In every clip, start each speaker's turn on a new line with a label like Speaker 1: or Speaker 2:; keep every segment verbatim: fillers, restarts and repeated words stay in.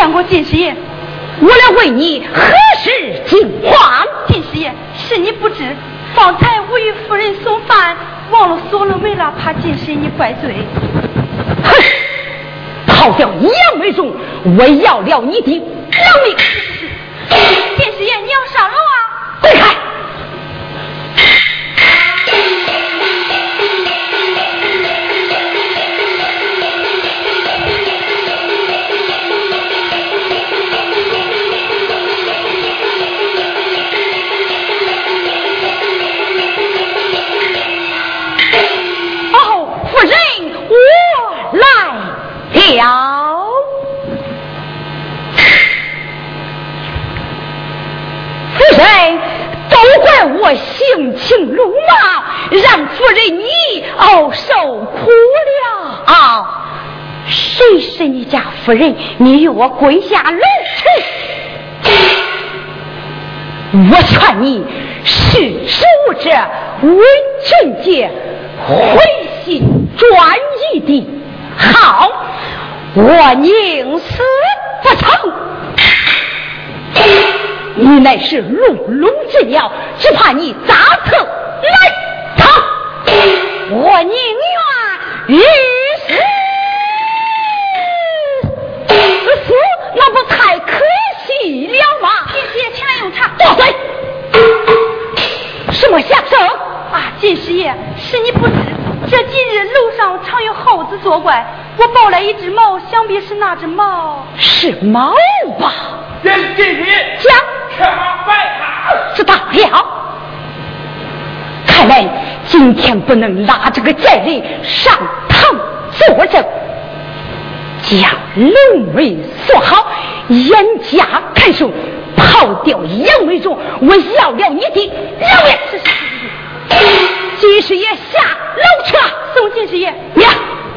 Speaker 1: 见过金师爷，
Speaker 2: 我来问你何事惊慌？
Speaker 1: 金师爷，是你不知，方才我与夫人送饭，忘了锁了门了，怕金师爷你怪罪。
Speaker 2: 哼，逃掉杨美荣，我要了你的老命！
Speaker 1: 金师爷，你要上楼啊？
Speaker 2: 滚开！了，夫人，都怪我性情鲁莽，让夫人你熬受苦了。哦，谁是你家夫人？你与我跪下如此，我劝你识时务者为俊杰，回心转意的。好，我宁死不成。你乃是龙龙之鸟，只怕你杂策来逃。我宁愿与死死，那不太可惜了吗？
Speaker 1: 金师爷，请来用茶。
Speaker 2: 多嘴！什么下手
Speaker 1: 啊？金师爷，是你不知。这几日楼上常有耗子作怪，我抱来一只猫，想必是那只猫
Speaker 2: 是猫吧？
Speaker 3: 人今日
Speaker 2: 讲
Speaker 3: 吃好白好，
Speaker 2: 知道了。看来今天不能拉这个贱人上堂作证，将龙门锁好，严加看守，抛掉杨美荣，我要了你的老命！
Speaker 1: 是是是是是。
Speaker 2: 金师爷下楼车，
Speaker 1: 送金师爷。
Speaker 2: 呀！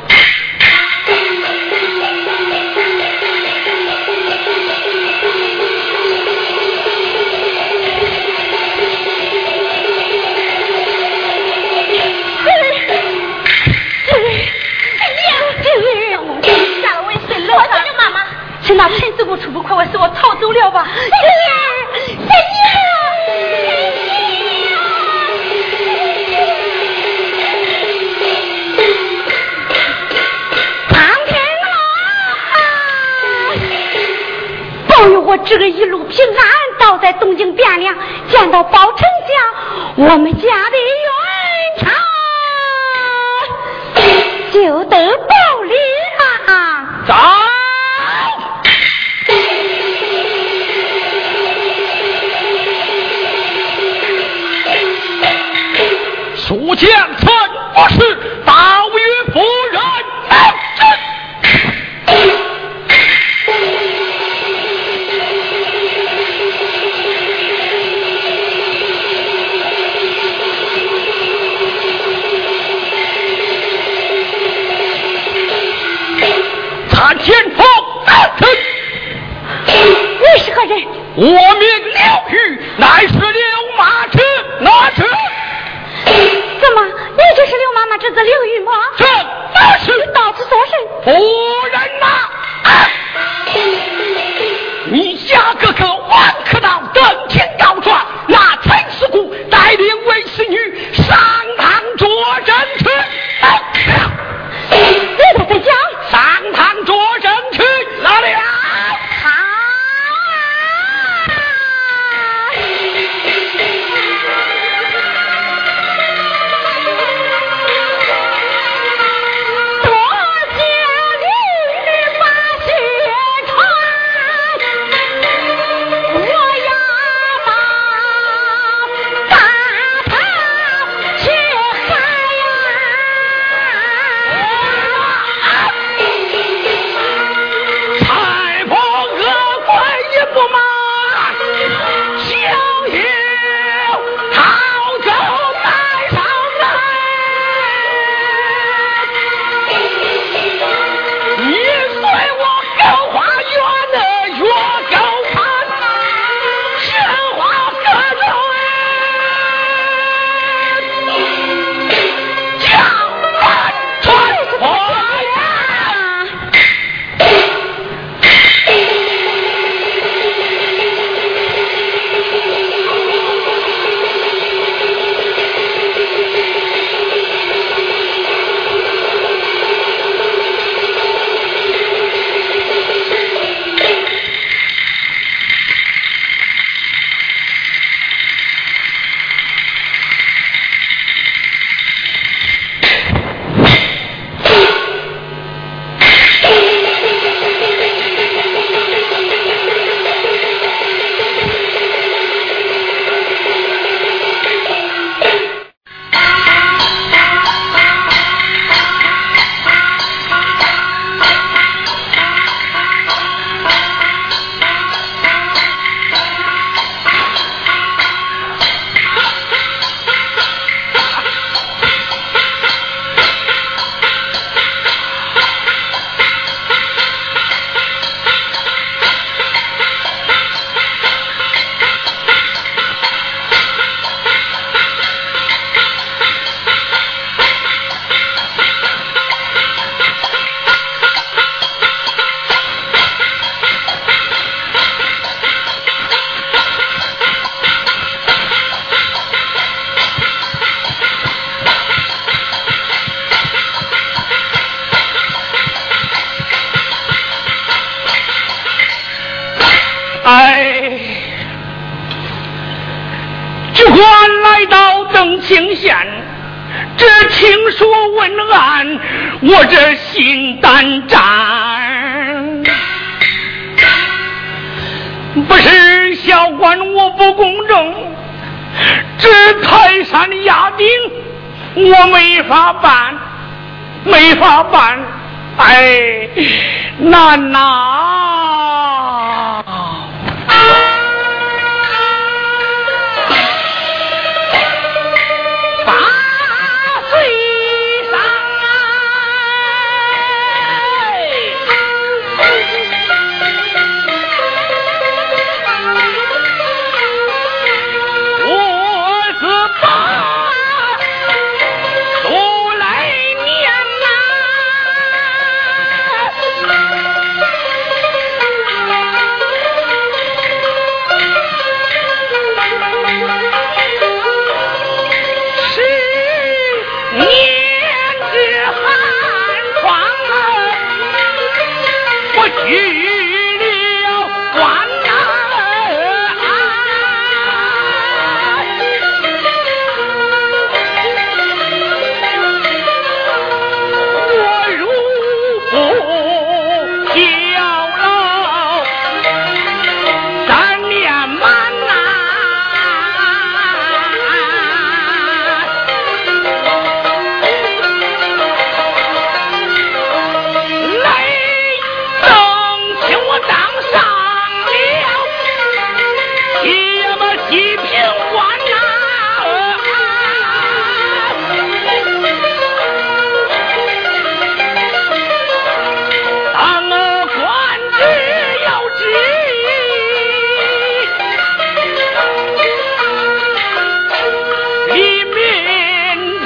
Speaker 1: 是那陈四姑出不快，我使我逃走了吧？
Speaker 2: 三爷，三爷。保佑我这个一路平安，到在东京汴梁，见到包丞相，我们家的冤仇就得报理了。
Speaker 3: 走！蜀将臣不是大于夫人。前锋大臣，
Speaker 2: 你是何人？
Speaker 3: 我名刘裕，乃是刘马之哪子？
Speaker 2: 怎么，你就是刘妈妈之子刘裕吗？
Speaker 3: 这那是
Speaker 2: 到此作甚？
Speaker 3: 夫人呐、啊！你家哥哥王克道登天告状，那陈四姑带领卫士女上堂作证去。啊
Speaker 2: 你在讲
Speaker 3: 上堂作证去，哪里啊？
Speaker 2: 好啊！多谢刘
Speaker 3: 哎，举官来到登清县，这情书文案，我这心胆战。不是小官我不公正，这泰山压顶我没法办，没法办，哎，难呐！八岁上我是八出来年呐，十年之寒窗啊，我去了关啊，我如不效劳，三年满呐，来登请我当上了西么西平官呐，当了官职要知里面的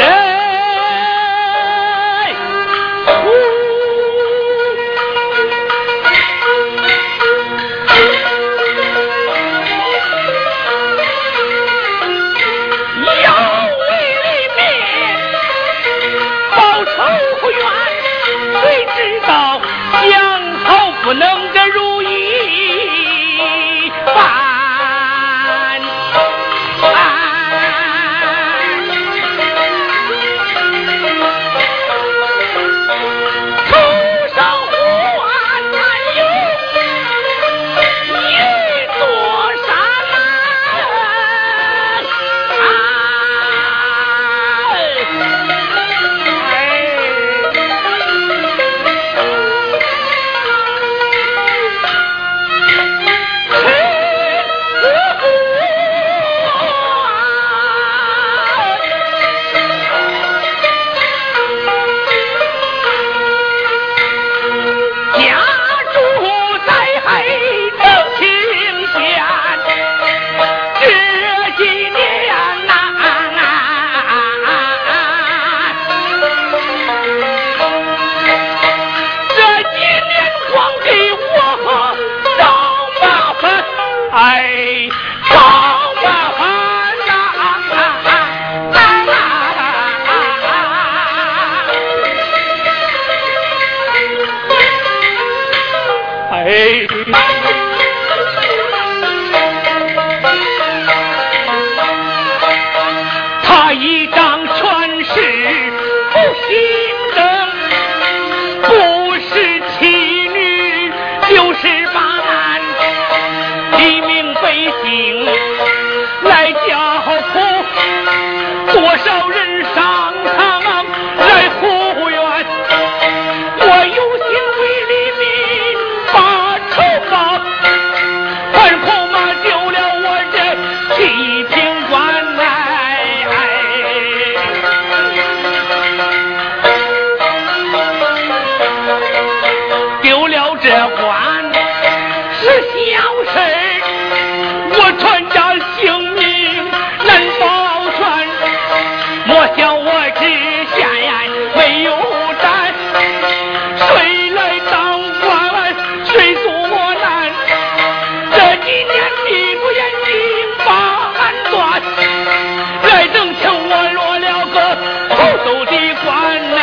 Speaker 3: 要为里面报仇冤，谁知道江好不能得如意办。头上胡啊难有一座山呐，家住在黑城清县，这几年呐，这几年光给我找麻烦，哎，找麻烦呐，哎。他一张全是不行的，不是妻女就是把难，黎民百姓来叫苦，多少人上堂来呼冤，我有心为黎民把仇报，还恐怕丢了我这七品官来，丢了这官是小事，我全家性命难保全，莫笑我知县没有胆，谁来当官谁做难，这几年闭不眼睛把案断，来等请我落了个后头的官来，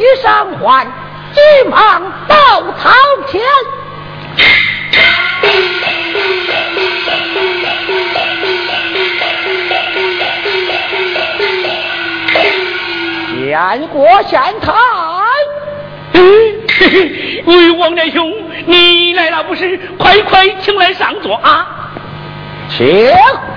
Speaker 4: 伤患，急忙到堂前。见过县台。
Speaker 3: 喂，王连兄，你来了不是？快快请来上座啊！
Speaker 4: 请。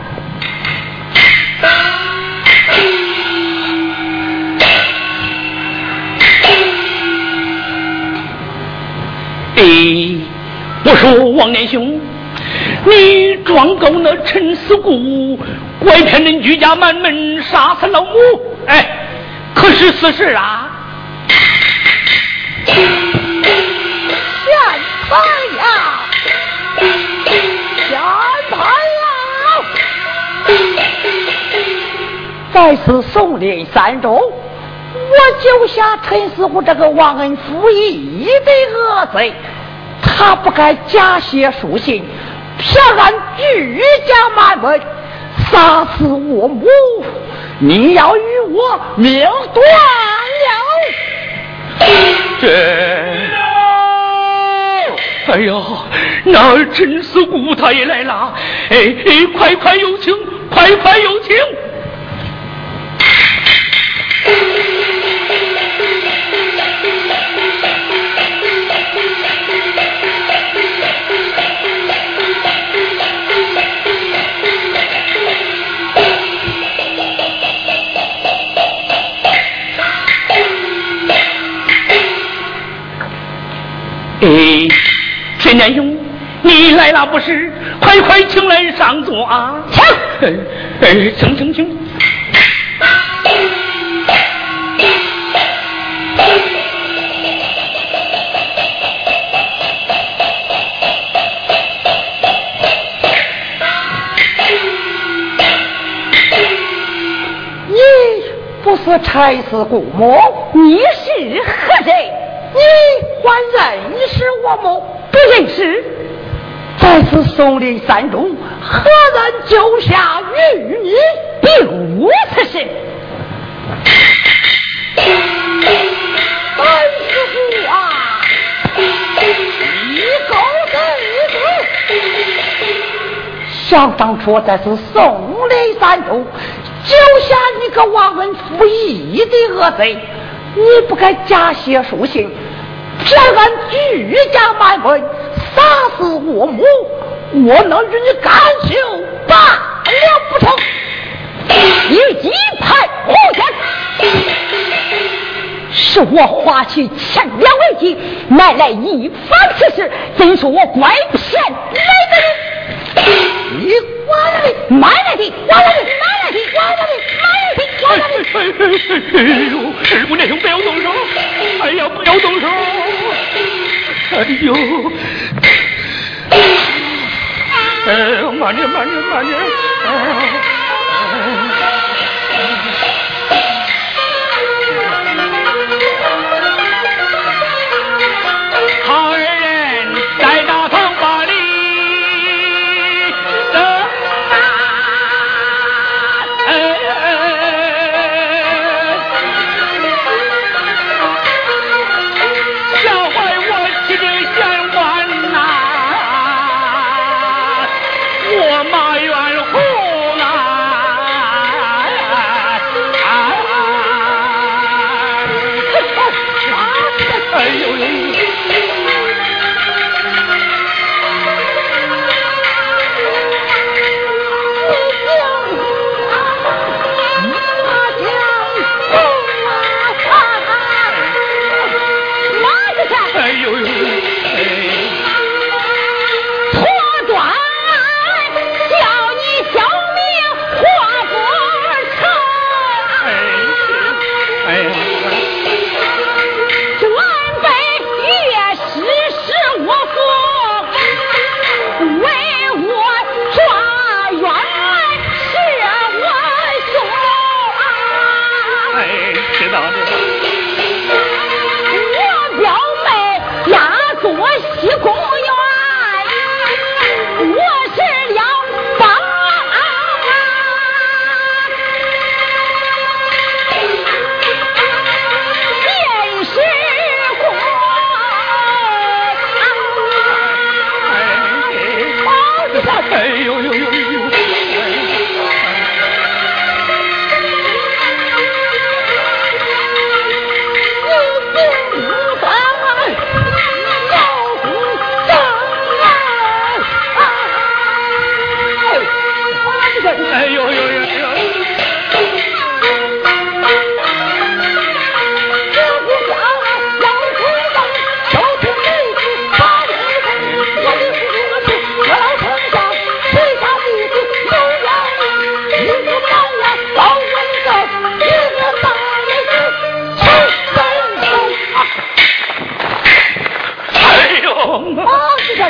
Speaker 3: 哎，我说王连兄，你状告那陈思固拐骗人居家满门，杀死老母，哎，可是此事啊？
Speaker 4: 县台呀，县台呀，在此松林山中，我救下陈思固这个忘恩负义的恶贼，他不该假写书信，骗俺居家满门，杀死我母，你要与我命断了。
Speaker 3: 这，哎呦，那儿陈思固他也来了，哎哎，快快有请，快快有请。哎，陈连兄，你来了不是？快快请来上座啊！
Speaker 4: 请，
Speaker 3: 哎，请请请。
Speaker 4: 你不是柴思固母，
Speaker 2: 你是何人？
Speaker 4: 你还认识我吗？
Speaker 2: 不认识。
Speaker 4: 在此松林山中，何人救下玉女？
Speaker 2: 并无此事。
Speaker 4: 柴思固啊，你狗崽子！想当初在此松林山中救下你个忘恩负义的恶贼，你不该假写书信，骗俺居家满门，杀死我母，我能与你干休罢了不成？
Speaker 2: 你一派胡言！是我花去千两为计，买来一方此事，真是我拐骗来的人。
Speaker 4: 你管了你，
Speaker 2: 买来的，管了你，买来的，管了你，买来的，管了你。
Speaker 3: 哎呦，师傅那兄不要动手！哎呀，不要动手！哎呦，哎，慢点，慢点，慢点。哎好人在大堂把礼等啊！哎小坏我七百千万呐，我马元红啊！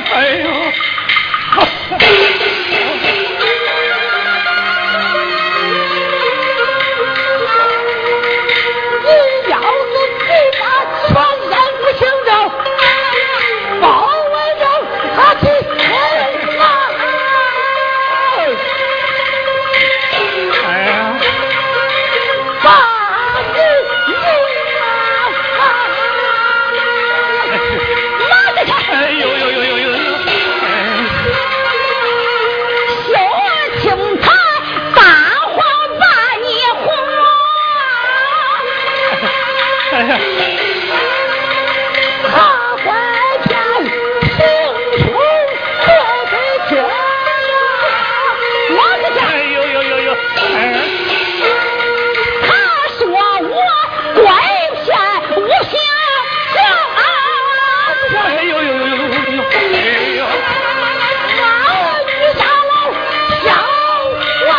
Speaker 3: 哎呦！
Speaker 4: 你要是不把全然不行着，包围着他去死啊！
Speaker 3: 哎呀！
Speaker 4: 把你拉着他！
Speaker 3: 哎呦呦呦呦呦！
Speaker 2: 小青苔大黄把你活。
Speaker 3: 哎呀！
Speaker 4: 他怀天青出我的天呀！拉着他！
Speaker 3: 哎呦呦呦呦！哎！
Speaker 2: 他说我拐骗无相啊！
Speaker 3: 哎呦呦呦呦呦呦！哎呦！
Speaker 4: 啊！你下楼跳啊！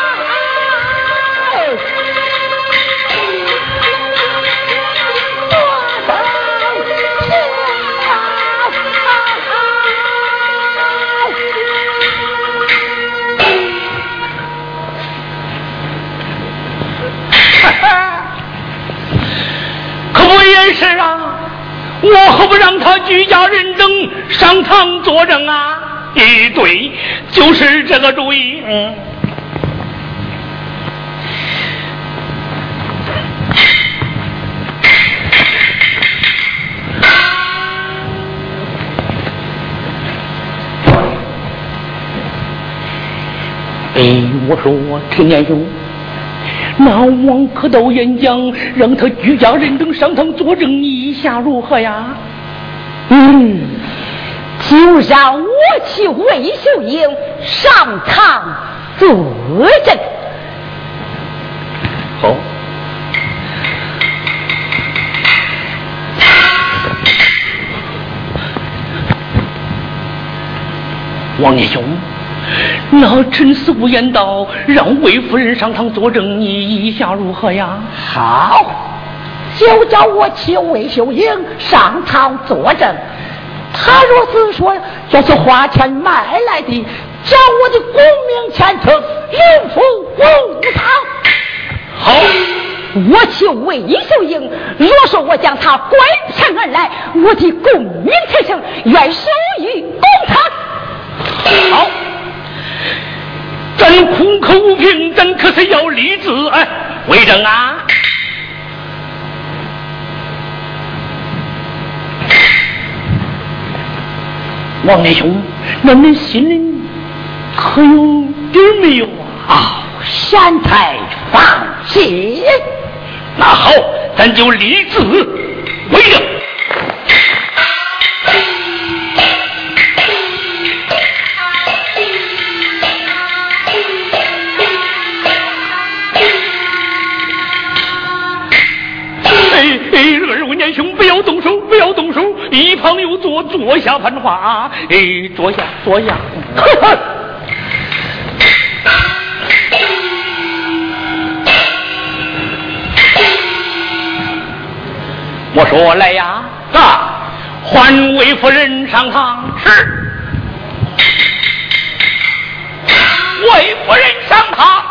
Speaker 4: 多生气啊！
Speaker 3: 可不也是啊？我何不让他居家认证上堂作证啊？咦，对，就是这个主意。嗯。哎，我说陈年兄，那王可道演讲，让他居家认证上堂作证，意下如何呀？
Speaker 2: 嗯，就让我去魏秀英上堂作证。
Speaker 3: 好。王爷兄，那陈师傅言道，让魏夫人上堂作证，你意下如何呀？
Speaker 4: 好，就叫我去魏秀英上堂作证。他若是说这是花钱买来的，将我的功名前程应付无他。
Speaker 2: 好，我去魏秀英，若说我将他拐骗而来，我的功名前程愿属于公堂。
Speaker 3: 好，咱空口无凭，咱可是要立志，哎，为证啊！王爷兄，那你心里可有底没有啊？
Speaker 4: 哦，现在放心。
Speaker 3: 那好，咱就立志为证。二位年兄，不要动手，不要动手！一旁有座，坐下攀话啊！哎，坐下，坐下。我说来呀，啊，换魏夫人上堂。是。魏夫人上堂。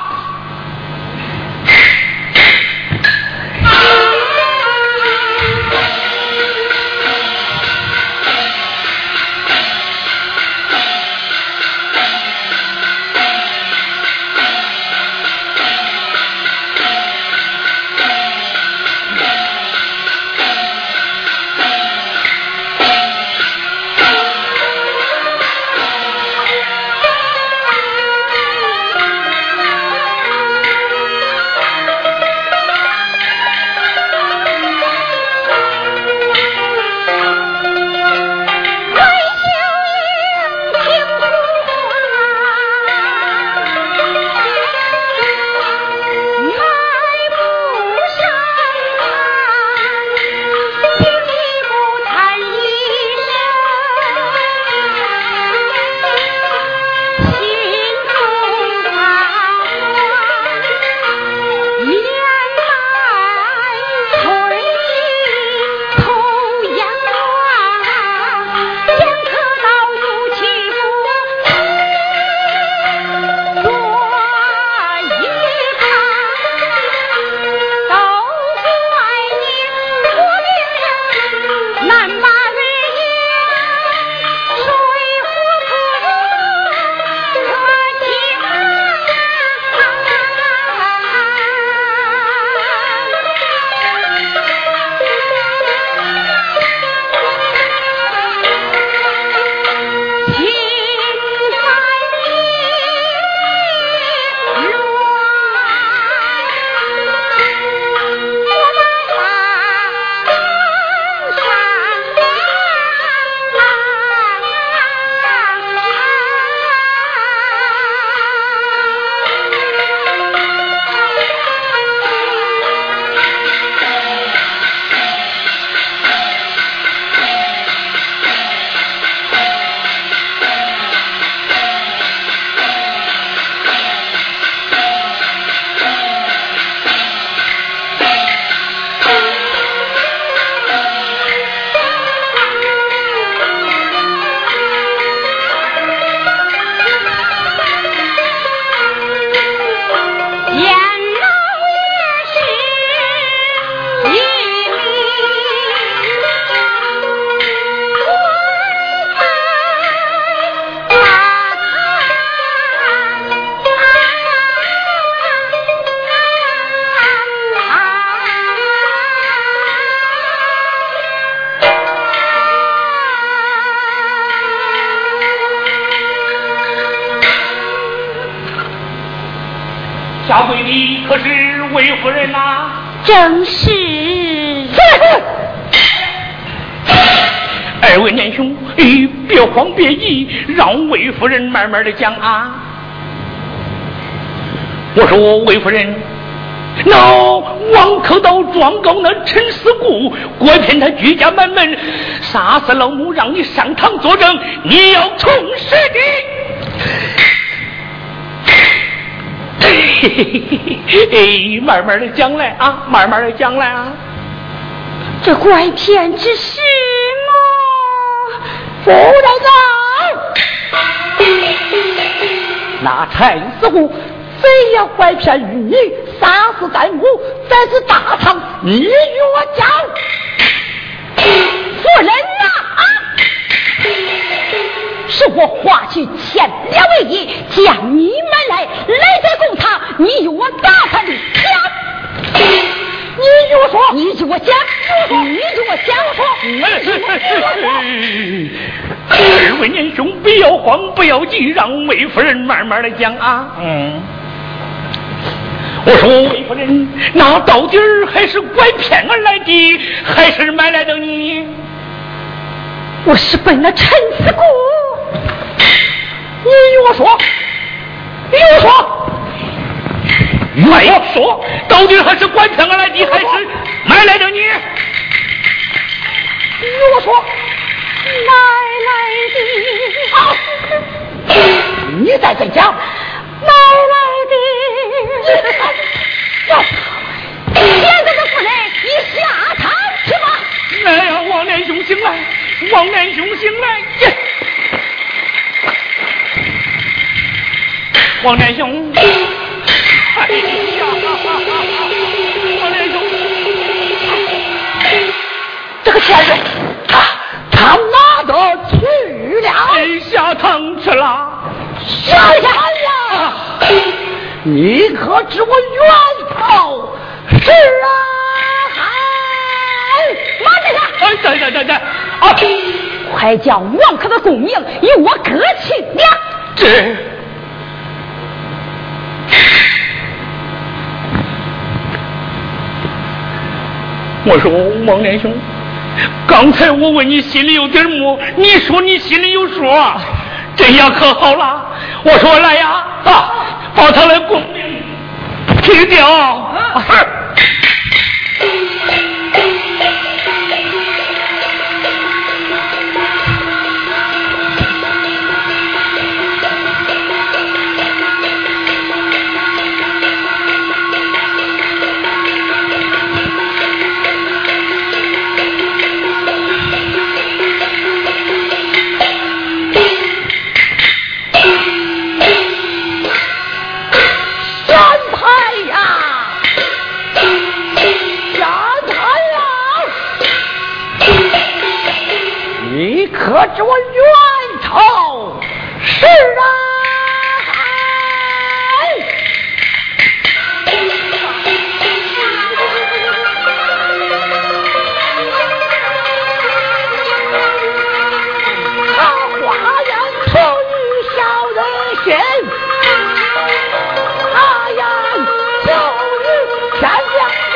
Speaker 3: 下跪的可是魏夫人呐、啊？
Speaker 1: 正是。
Speaker 3: 二位年兄，哎，别慌别急，让魏夫人慢慢的讲啊。我说魏夫人，那王口道状告那陈思固，拐骗他居家满门，杀死老母，让你上堂作证，你要从实的。哎，慢慢的讲来啊，慢慢的讲来啊。
Speaker 1: 这拐骗之事吗？
Speaker 4: 夫人啊，那陈思固非要拐骗于你，杀死旦母，在此大堂，你与我讲。
Speaker 2: 夫人呐、啊，是我化去千两为一，将你买来，来在公堂，你与我打他的讲。
Speaker 4: 你与我说，
Speaker 2: 你与我讲，你与我讲，我说，
Speaker 3: 二位年兄，不要慌，不要急，让魏夫人慢慢的讲啊。嗯，我说魏夫人，那到底儿还是拐骗而来的，还是买来的你？
Speaker 2: 我是奔了陈思固。
Speaker 4: 你与我说，你与我说。
Speaker 3: 快说，到底还是拐骗而来的，还是买来的你？
Speaker 4: 与我说，
Speaker 1: 买来的。
Speaker 4: 啊！你在这讲，
Speaker 1: 买来的。现在的夫人，你下堂去吧。
Speaker 3: 哎呀，王连兄醒来，王连兄醒来！王连兄。哎呀，王连兄，
Speaker 4: 这个钱人，他他拿得去了，
Speaker 3: 哎，下堂去了。
Speaker 4: 下堂呀！你可知我源头是啊？
Speaker 2: 马队长，
Speaker 3: 哎，等等等等，啊！
Speaker 2: 快将王克的功名与我割去了。
Speaker 3: 这。我说王连兄，刚才我问你心里有点么，你说你心里有数，这样可好了。我说来呀，啊，把他的功名去掉。啊
Speaker 4: 可知我源头是啊？他花言巧语晓人心，他言巧语骗两人。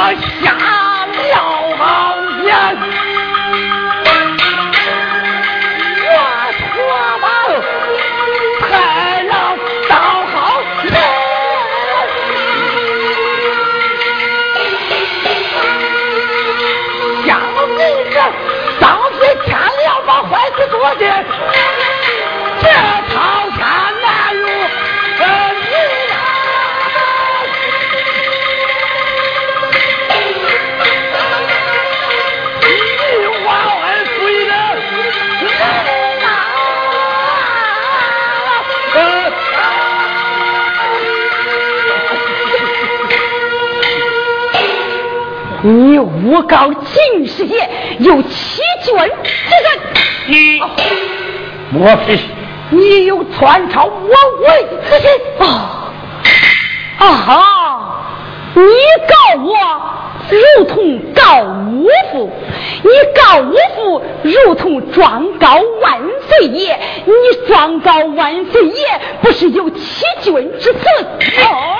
Speaker 4: 下了好险，我错吧，太了倒好人。想你这上岁天了把坏事做的，这套餐哪有呃你啊？你忘恩负义的人呐！呃
Speaker 2: 你诬告秦师爷有欺君之人，
Speaker 3: 你
Speaker 4: 莫非你有篡朝我位之心？
Speaker 2: 啊啊！你告我如同告我父，你告我父如同状告万岁爷，你状告万岁爷不是有欺君之罪？哦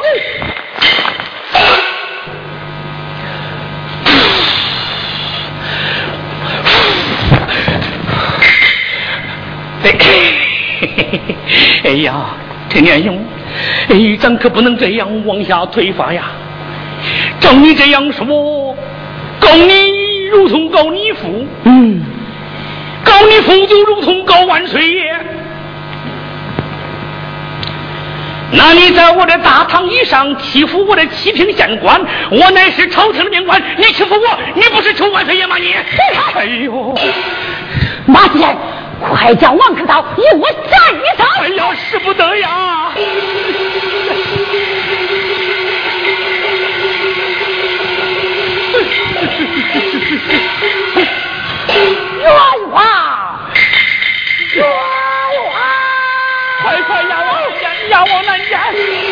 Speaker 3: 哎呀，陈年勇，哎，咱可不能这样往下推发呀！照你这样说，告你如同告你父，
Speaker 2: 嗯，
Speaker 3: 告你父就如同告万岁爷。那你在我的大堂以上欺负我的七品县官，我乃是朝廷的命官，你欺负我，你不是求万岁爷吗？你，哎呦，
Speaker 2: 马继仁，快将王可道与我战一场！
Speaker 3: 哎呀，使不得呀！
Speaker 4: 冤枉！冤枉！
Speaker 3: 快快押往南监，押往南监！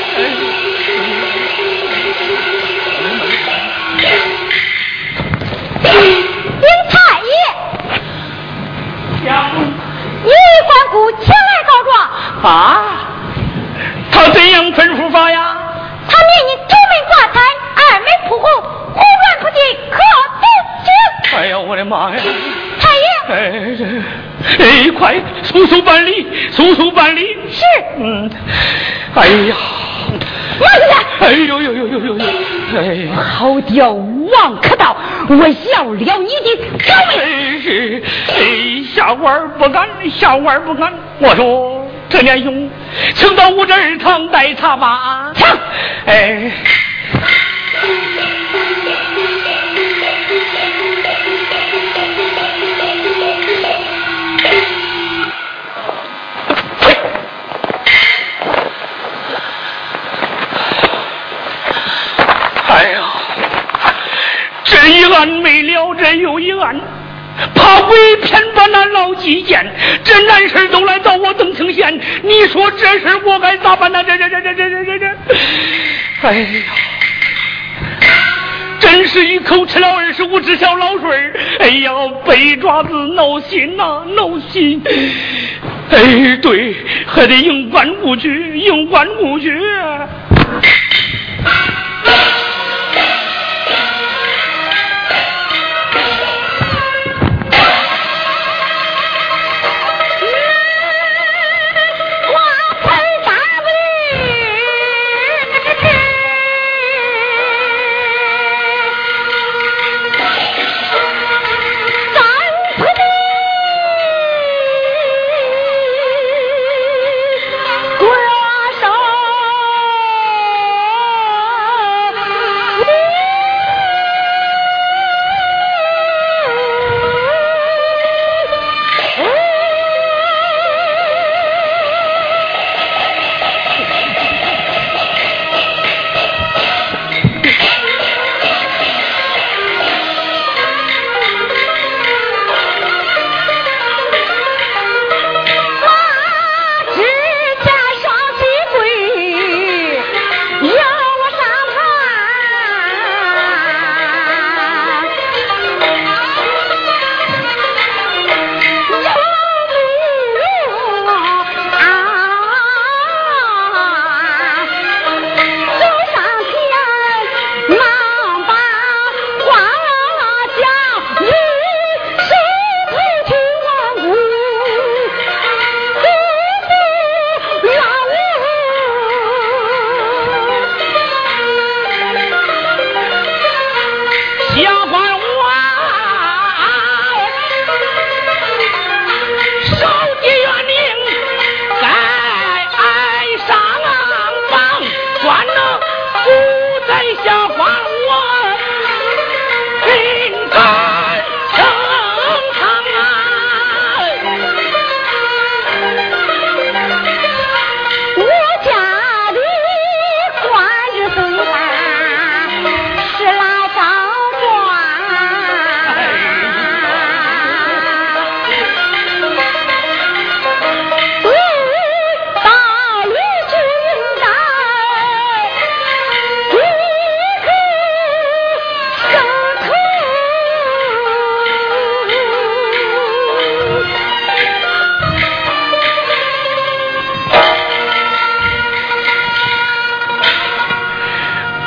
Speaker 1: 禀太爷，
Speaker 3: 呀，
Speaker 1: 一位官姑前来告状。
Speaker 3: 啊，他怎样吩咐法呀？
Speaker 1: 他命你九门挂彩，二门铺红，胡乱不进，可不行。
Speaker 3: 哎呀，我的妈呀！
Speaker 1: 太爷，
Speaker 3: 哎，这哎，快速速办理，速速办理。
Speaker 1: 是。
Speaker 3: 嗯，哎呀，
Speaker 1: 马先生，
Speaker 3: 哎呦呦呦呦呦呦，哎，
Speaker 2: 好屌王可道，我要了你的高
Speaker 3: 哎哎，下官不敢，下官不敢。我说陈年兄，请到我这儿堂待查吧。
Speaker 2: 请。
Speaker 3: 哎。哎呀，这一案没了，这又一案，怕鬼偏把那老几见，这难事都来到我登清县，你说这事我该咋办呢？这这这这这这这这，哎呀，真是一口吃了二十五只小老水，哎呀，背爪子挠心呐、啊，挠心。哎，对，还得应官务去，应官务去。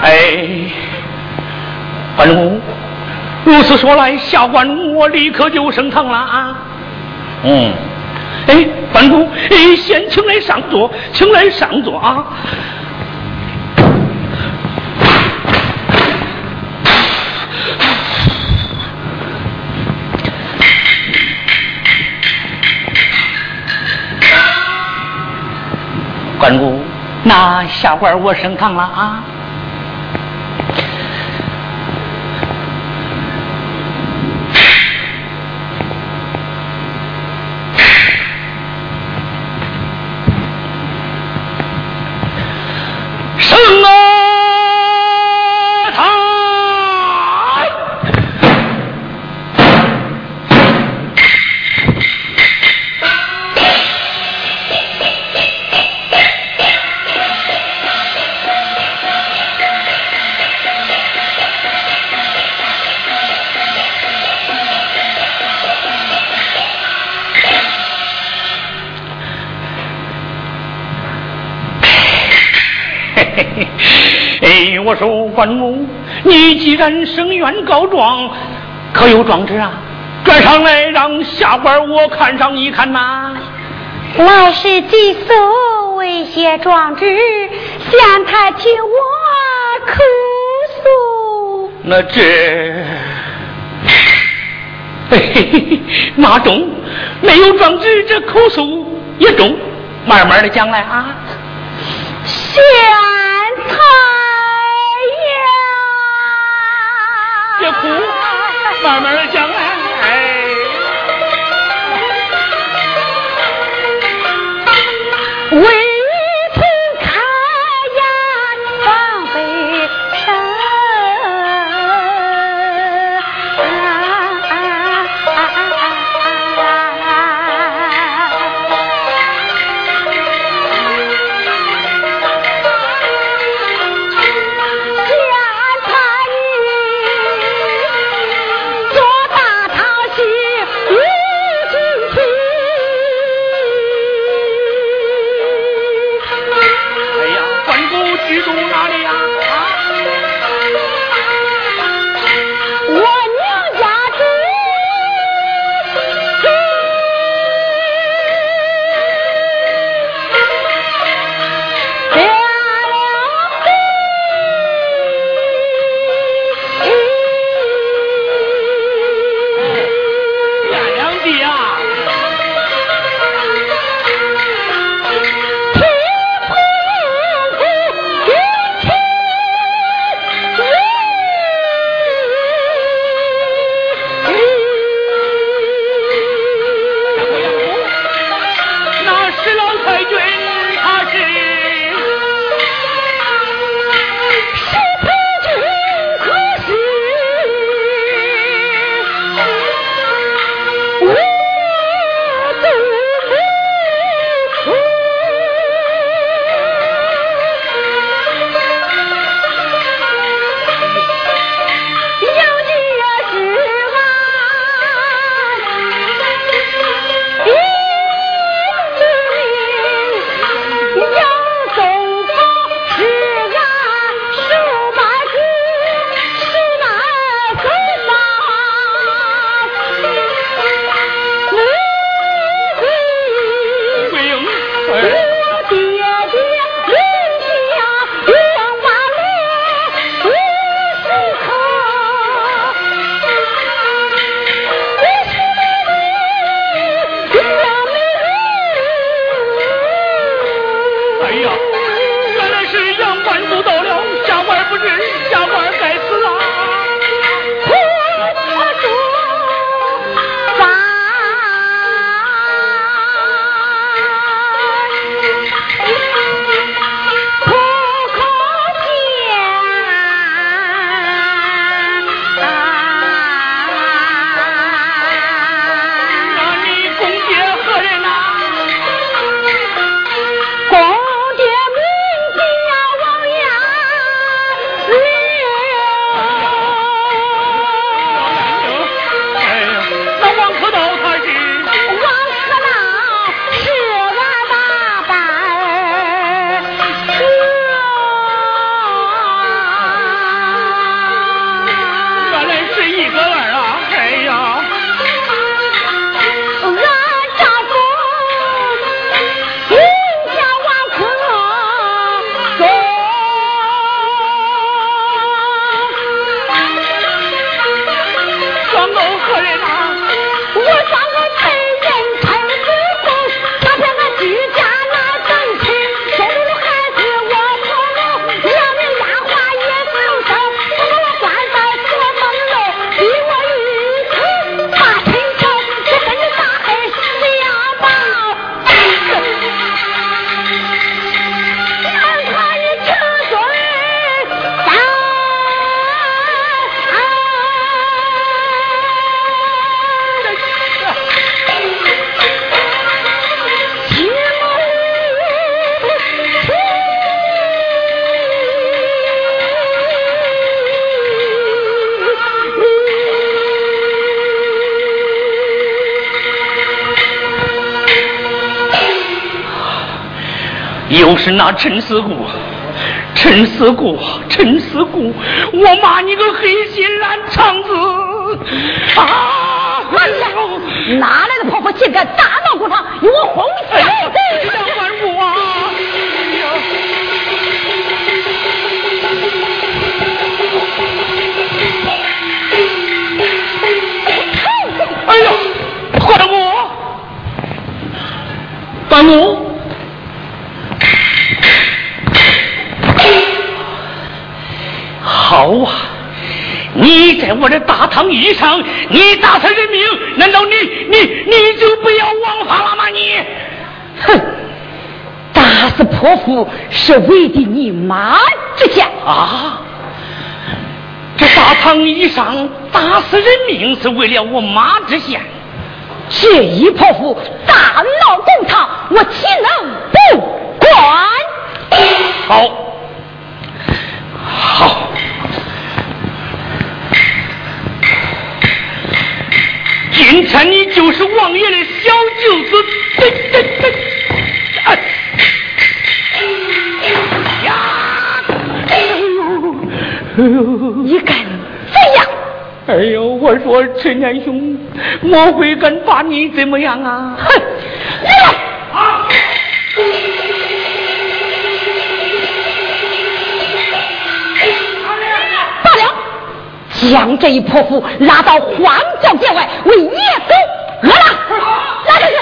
Speaker 3: 哎，关公，如此说来，下官我立刻就升堂了啊。嗯，哎，关公，哎，先请来上座，请来上座啊。关公，那下官我升堂了啊。升啊堂！哎，我说关公，你既然声冤告状，可有状纸啊？转上来，让下官我看上一看呐。
Speaker 1: 老师寄所未写状纸，向他听我哭诉。
Speaker 3: 那这，嘿嘿嘿，那中，没有状纸，这口诉也中，慢慢的讲来啊。
Speaker 1: 县太
Speaker 3: 呀，别哭，慢慢的讲来。哎，
Speaker 1: 为此开呀防备城，
Speaker 3: 又是那陈四姑，陈四姑，陈四姑，我骂你个黑心烂肠子！啊！
Speaker 2: 哎呀，哪来的泼妇竟敢大闹工厂，与我红小子！
Speaker 3: 小官府啊！哎呀，关我！关我！好啊！你在我的大堂以上，你打死人命，难道你你你就不要枉法了吗？你，
Speaker 2: 哼！打死泼妇是为的你妈之下
Speaker 3: 啊！这大堂以上打死人命是为了我妈之下，
Speaker 2: 这一泼妇大闹公堂，我岂能不管？
Speaker 3: 好，好。今天你就是王爷的小舅子，对对对，哎呀，哎呦，哎呦，
Speaker 2: 你敢这样？
Speaker 3: 哎呦，我说陈年兄，我会敢把你怎么样啊？
Speaker 2: 哼，来！
Speaker 3: 啊！
Speaker 2: 罢了，将这一泼妇拉到荒郊野外为野狗饿了，拉下去。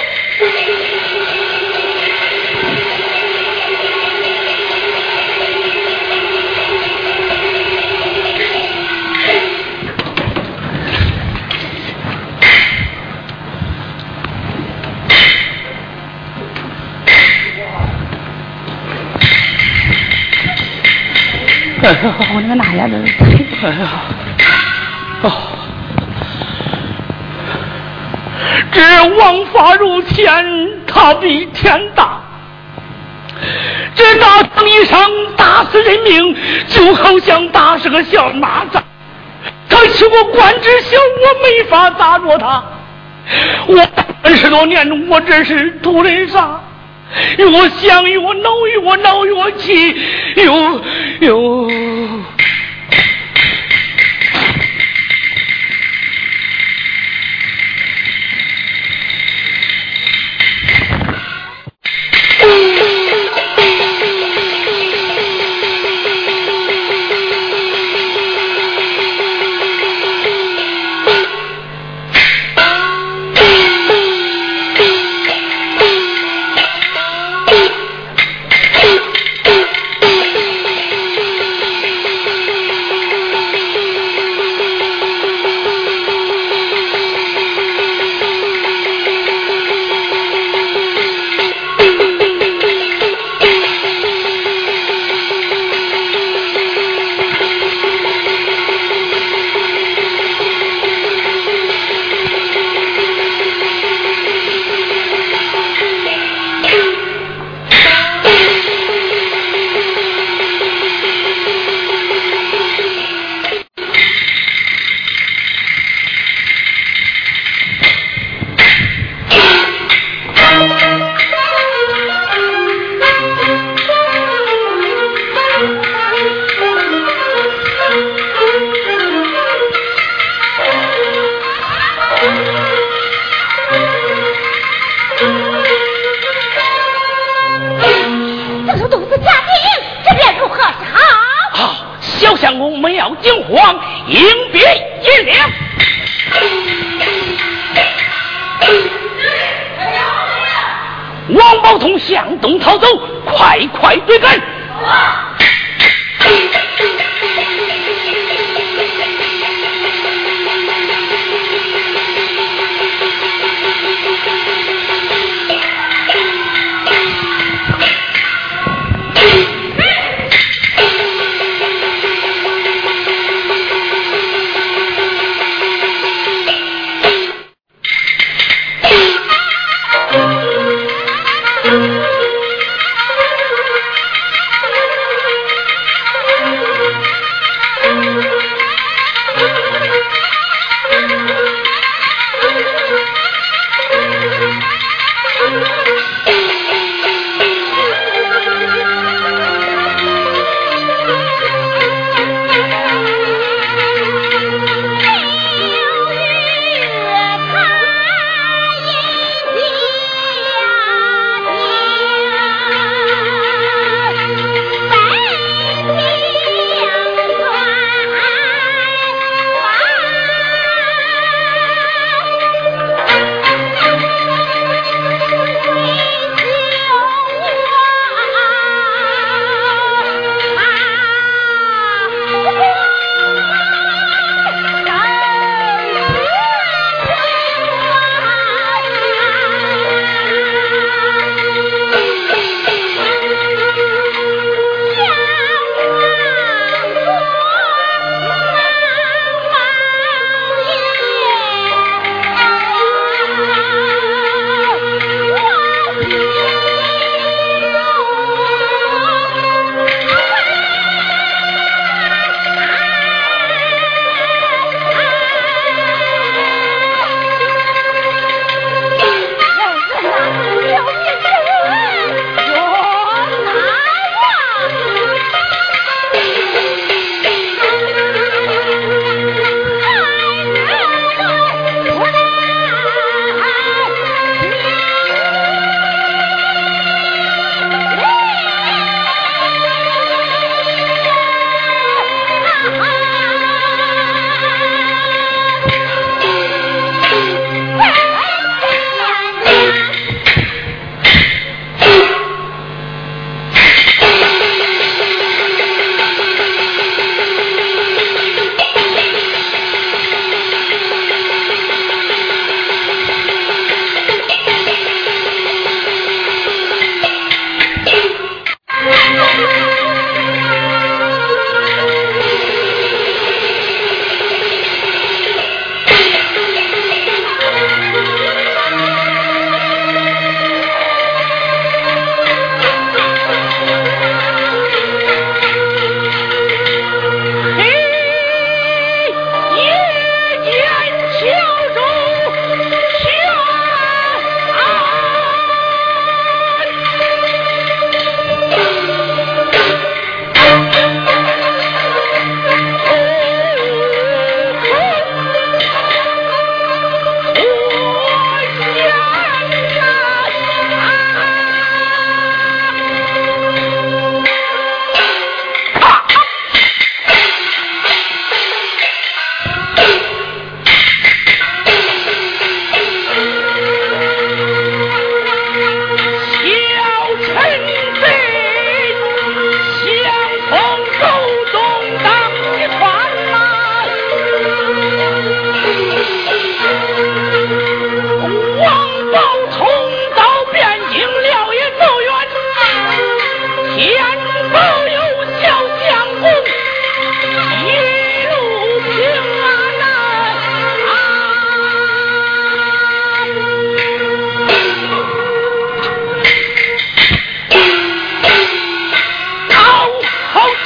Speaker 3: 哎呀，我那个哪呀？这，哎呀，哦，这王法如天，他比天大。这大堂以上打死人命，就好像打死个小蚂蚱。他欺我官职小，我没法打着他。我二十多年，我这是图人啥？越想越恼，越恼越气，又又。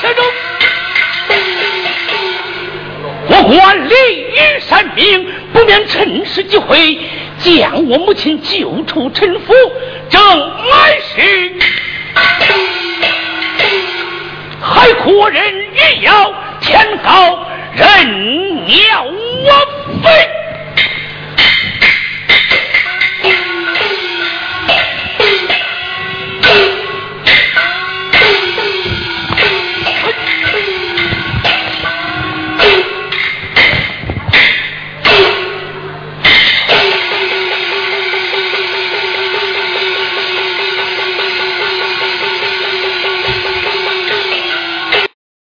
Speaker 3: 当中，我国利于善命，不免趁势机会将我母亲救出陈府，正来时还可人欲要天高人鸟我非。